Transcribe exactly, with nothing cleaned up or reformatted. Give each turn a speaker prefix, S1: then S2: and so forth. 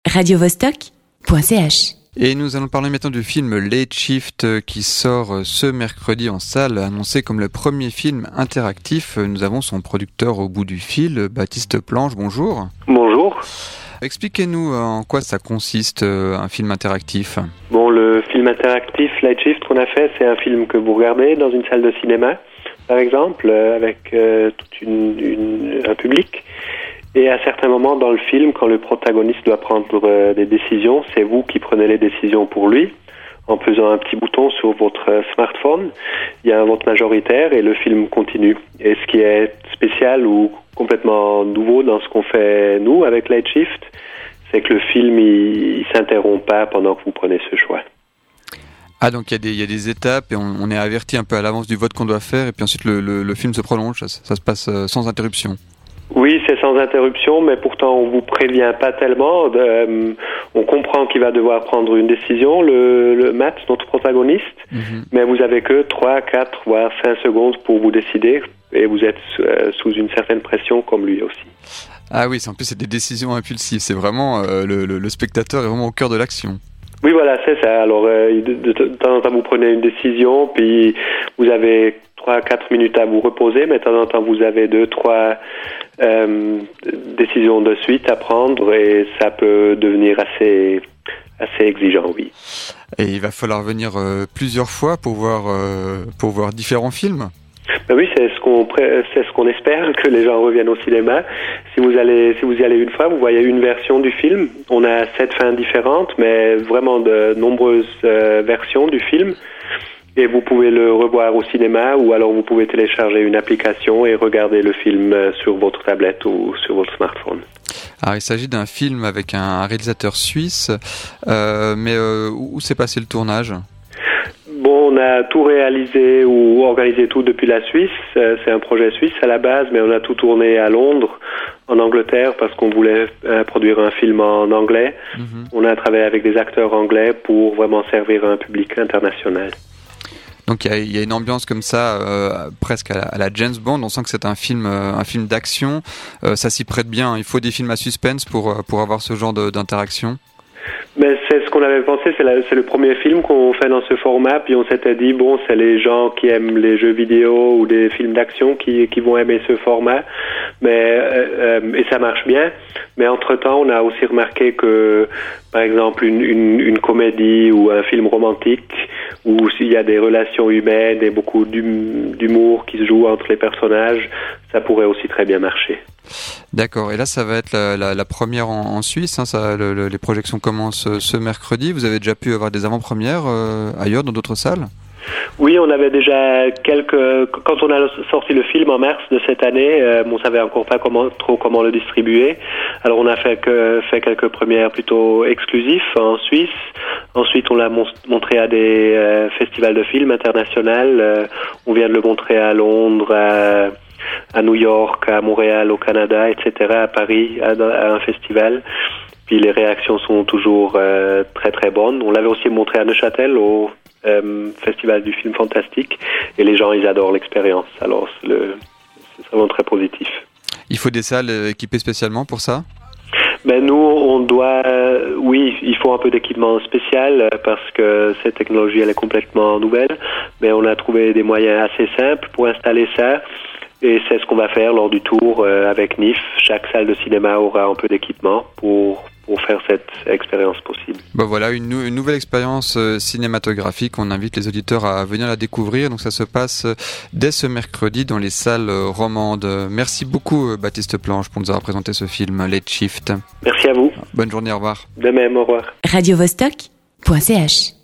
S1: radio vostok point c h.
S2: Et nous allons parler maintenant du film Late Shift qui sort ce mercredi en salle, annoncé comme le premier film interactif. Nous avons son producteur au bout du fil, Baptiste Planche. Bonjour.
S3: Bonjour.
S2: Expliquez-nous en quoi ça consiste, un film interactif.
S3: Bon, le film interactif Late Shift qu'on a fait, c'est un film que vous regardez dans une salle de cinéma, par exemple, avec euh, toute une, une, un public. Et à certains moments dans le film, quand le protagoniste doit prendre euh, des décisions, c'est vous qui prenez les décisions pour lui, en faisant un petit bouton sur votre smartphone. Il y a un vote majoritaire et le film continue. Et ce qui est spécial ou complètement nouveau dans ce qu'on fait nous avec Late Shift, c'est que le film il, il s'interrompt pas pendant que vous prenez ce choix.
S2: Ah, donc il y a des, il y a des étapes et on, on est averti un peu à l'avance du vote qu'on doit faire et puis ensuite le, le, le film se prolonge, ça, ça se passe sans interruption.
S3: Oui, c'est sans interruption, mais pourtant on vous prévient pas tellement. De, euh, on comprend qu'il va devoir prendre une décision, le, le Matt, notre protagoniste, mm-hmm. mais vous avez que trois, quatre, voire cinq secondes pour vous décider, et vous êtes euh, sous une certaine pression comme lui aussi.
S2: Ah oui, en plus c'est des décisions impulsives, c'est vraiment euh, le, le, le spectateur est vraiment au cœur de l'action.
S3: Oui, voilà, c'est ça. Alors, euh, de, de, de temps en temps, vous prenez une décision, puis vous avez trois à quatre minutes à vous reposer, mais de temps en temps, vous avez deux, trois euh, décisions de suite à prendre, et ça peut devenir assez, assez exigeant, oui.
S2: Et il va falloir venir euh, plusieurs fois pour voir, euh, pour voir différents films.
S3: Ben oui, c'est ce qu'on c'est ce qu'on espère, que les gens reviennent au cinéma. Si vous allez si vous y allez une fois, vous voyez une version du film. On a sept fins différentes, mais vraiment de nombreuses euh, versions du film. Et vous pouvez le revoir au cinéma, ou alors vous pouvez télécharger une application et regarder le film sur votre tablette ou sur votre smartphone.
S2: Alors, il s'agit d'un film avec un réalisateur suisse, euh, mais euh, où s'est passé le tournage ?
S3: Bon, on a tout réalisé ou organisé tout depuis la Suisse. C'est un projet suisse à la base, mais on a tout tourné à Londres, en Angleterre, parce qu'on voulait euh, produire un film en anglais. Mm-hmm. On a travaillé avec des acteurs anglais pour vraiment servir un public international. Donc il
S2: y, y a une ambiance comme ça, euh, presque à la, à la James Bond. On sent que c'est un film, euh, un film d'action. Euh, ça s'y prête bien. Il faut des films à suspense pour pour avoir ce genre de, d'interaction.
S3: Mais c'est ce qu'on avait pensé, c'est, la, c'est le premier film qu'on fait dans ce format, puis on s'était dit, bon, c'est les gens qui aiment les jeux vidéo ou des films d'action qui, qui vont aimer ce format, mais euh, euh, et ça marche bien, mais entre-temps, on a aussi remarqué que, par exemple, une, une, une comédie ou un film romantique, où il y a des relations humaines et beaucoup d'hum, d'humour qui se joue entre les personnages, ça pourrait aussi très bien marcher.
S2: D'accord, et là ça va être la, la, la première en, en Suisse, hein, ça, le, le, les projections commencent ce mercredi. Vous avez déjà pu avoir des avant-premières euh, ailleurs, dans d'autres salles ?
S3: Oui, on avait déjà quelques... Quand on a sorti le film en mars de cette année, euh, on savait encore pas comment, trop comment le distribuer. Alors on a fait, que, fait quelques premières plutôt exclusives en Suisse. Ensuite, on l'a mon- montré à des euh, festivals de films internationaux. Euh, on vient de le montrer à Londres, à... à New York, à Montréal, au Canada, et cetera, à Paris, à, à un festival. Puis les réactions sont toujours euh, très très bonnes. On l'avait aussi montré à Neuchâtel, au euh, festival du film fantastique, et les gens, ils adorent l'expérience. Alors, c'est, le, c'est vraiment très positif.
S2: Il faut des salles équipées spécialement pour ça ?
S3: Ben nous, on doit, euh, oui, il faut un peu d'équipement spécial euh, parce que cette technologie, elle est complètement nouvelle, mais on a trouvé des moyens assez simples pour installer ça. Et c'est ce qu'on va faire lors du tour euh, avec N I F. Chaque salle de cinéma aura un peu d'équipement pour, pour faire cette expérience possible.
S2: Ben voilà, une, nou- une nouvelle expérience euh, cinématographique. On invite les auditeurs à venir la découvrir. Donc ça se passe euh, dès ce mercredi dans les salles euh, romandes. Merci beaucoup euh, Baptiste Planche pour nous avoir présenté ce film Late Shift.
S3: Merci à vous.
S2: Bonne journée, au revoir.
S3: De même, au revoir.
S1: radio vostok point c h